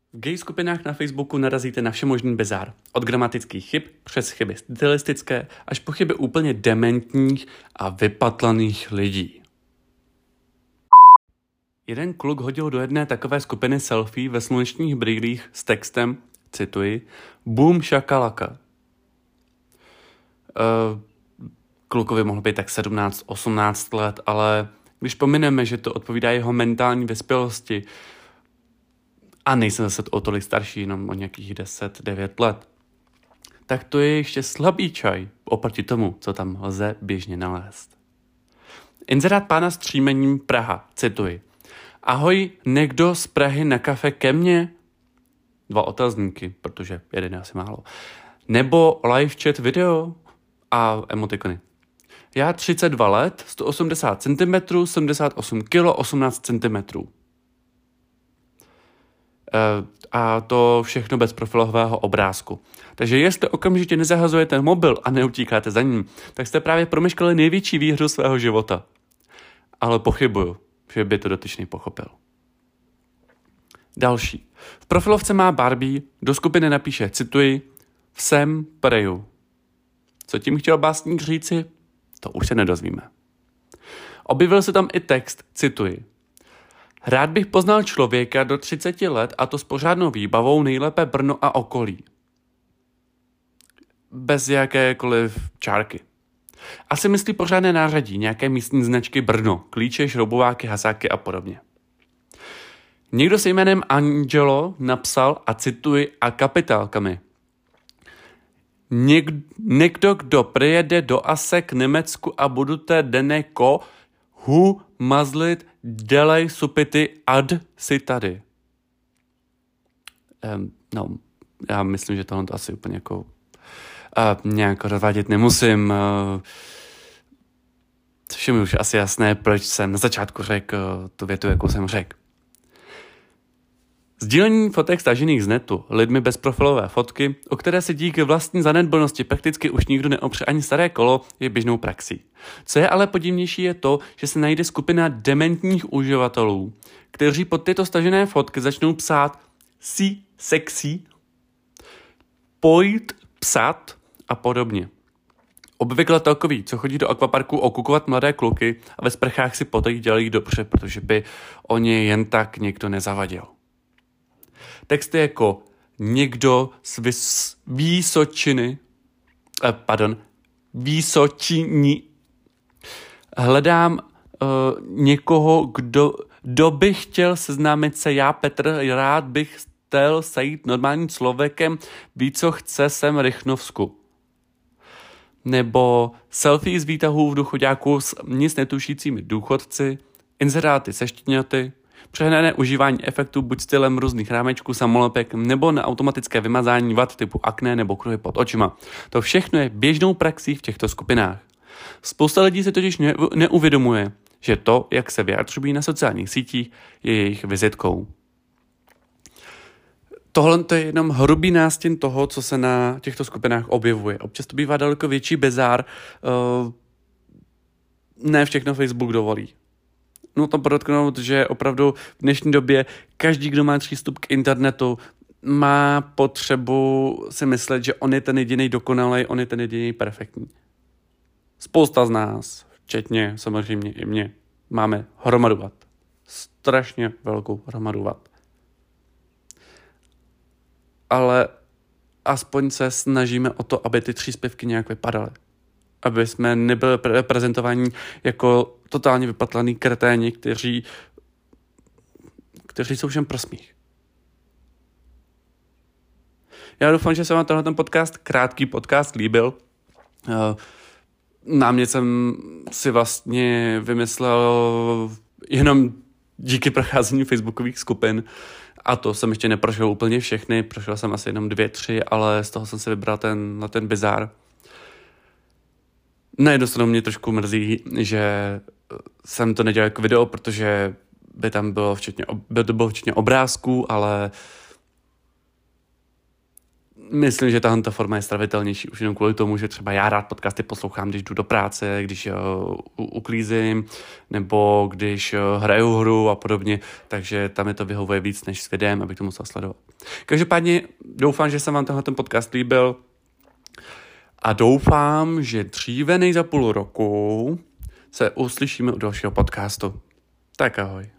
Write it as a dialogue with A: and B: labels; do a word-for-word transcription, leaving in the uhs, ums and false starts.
A: V gay skupinách na Facebooku narazíte na všemožný bizár. Od gramatických chyb přes chyby stylistické až po chyby úplně dementních a vypatlaných lidí. Jeden kluk hodil do jedné takové skupiny selfie ve slunečních brýlích s textem, cituji, Boom shakalaka. Uh, klukovi mohl být tak sedmnáct osmnáct let, ale když pomineme, že to odpovídá jeho mentální vyspělosti, a nejsem zase o tolik starší, jenom o nějakých deset devět let, tak to je ještě slabý čaj oproti tomu, co tam lze běžně nalézt. Inzerát pána s příjmením Praha, cituji. Ahoj, někdo z Prahy na kafe ke mně? Dva otazníky, protože jeden je asi málo. Nebo live chat video a emotikony. Já třicet dva let, sto osmdesát centimetrů, sedmdesát osm kilo, osmnáct centimetrů. A to všechno bez profilového obrázku. Takže jestli okamžitě nezahazujete mobil a neutíkáte za ním, tak jste právě promeškali největší výhru svého života. Ale pochybuju, že by to dotyčný pochopil. Další. V profilovce má Barbie, do skupiny napíše, cituji, Všem preju. Co tím chtěl básník říci? To už se nedozvíme. Objevil se tam i text, cituji. Rád bych poznal člověka do třiceti let a to s pořádnou výbavou, nejlépe Brno a okolí. Bez jakékoliv čárky. Asi myslí pořádné nářadí, nějaké místní značky Brno, klíče, šroubováky, hasáky a podobně. Někdo se jménem Angelo napsal, a cituji, a kapitálkami. Něk- někdo, kdo přijede do Ase k Německu a budete deneko hu mazlit dělej supity ad si tady. Um, no, já myslím, že tohle to asi úplně jako uh, nějak rozvádět nemusím. Uh, Všem už asi jasné, proč jsem na začátku řekl uh, tu větu, jakou jsem řekl. Sdílení fotek stažených z netu lidmi bez profilové fotky, o které se díky vlastní zanedbanosti prakticky už nikdo neopře ani staré kolo, je běžnou praxí. Co je ale podivnější je to, že se najde skupina dementních uživatelů, kteří pod tyto stažené fotky začnou psát si sexy, pojď psat a podobně. Obvykle takový, co chodí do akvaparku okukovat mladé kluky a ve sprchách si poté dělají dobře, protože by o ně jen tak někdo nezavadil. Texty jako někdo z vys- Výsočiny, eh, pardon, Výsočini. Hledám uh, někoho, kdo, kdo by chtěl seznámit se, já Petr, rád bych chtěl sejít normálním člověkem, ví, co chce, jsem Rychnovsku. Nebo selfie z výtahů v důchoďáku s nic netušícími důchodci, inzeráty se štěňaty, přehnané užívání efektů buď stylem různých rámečků, samolepek nebo na automatické vymazání vad typu akné nebo kruhy pod očima. To všechno je běžnou praxí v těchto skupinách. Spousta lidí se totiž ne- neuvědomuje, že to, jak se vyjadřují na sociálních sítích, je jejich vizitkou. Tohle to je jenom hrubý nástin toho, co se na těchto skupinách objevuje. Občas to bývá daleko větší bizár. Uh, ne všechno Facebook dovolí. No to podotknout, že opravdu v dnešní době každý, kdo má přístup k internetu, má potřebu si myslet, že on je ten jediný dokonalý, on je ten jediný perfektní. Spousta z nás, včetně samozřejmě i mě, máme hromadu vat. Strašně velkou hromadu vat. Ale aspoň se snažíme o to, aby ty příspěvky nějak vypadaly. Aby jsme nebyli reprezentováni jako totálně vypatlaný kreténi, kteří, kteří jsou všem pro smích. Já doufám, že se vám tenhle ten podcast, krátký podcast, líbil. Námět jsem si vlastně vymyslel jenom díky procházení facebookových skupin. A to jsem ještě neprošel úplně všechny, prošel jsem asi jenom dvě, tři, ale z toho jsem si vybral ten, ten bizár. Na jednu stranu mě trošku mrzí, že jsem to nedělal jako video, protože by tam bylo včetně, by to bylo včetně obrázků, ale myslím, že tahle forma je stravitelnější už jenom kvůli tomu, že třeba já rád podcasty poslouchám, když jdu do práce, když uh, uklízím, nebo když uh, hraju hru a podobně, takže tam je to vyhovuje víc než s videem, abych to musel sledovat. Každopádně doufám, že se vám tenhle ten podcast líbil a doufám, že dříve než za půl roku se uslyšíme u dalšího podcastu. Tak ahoj.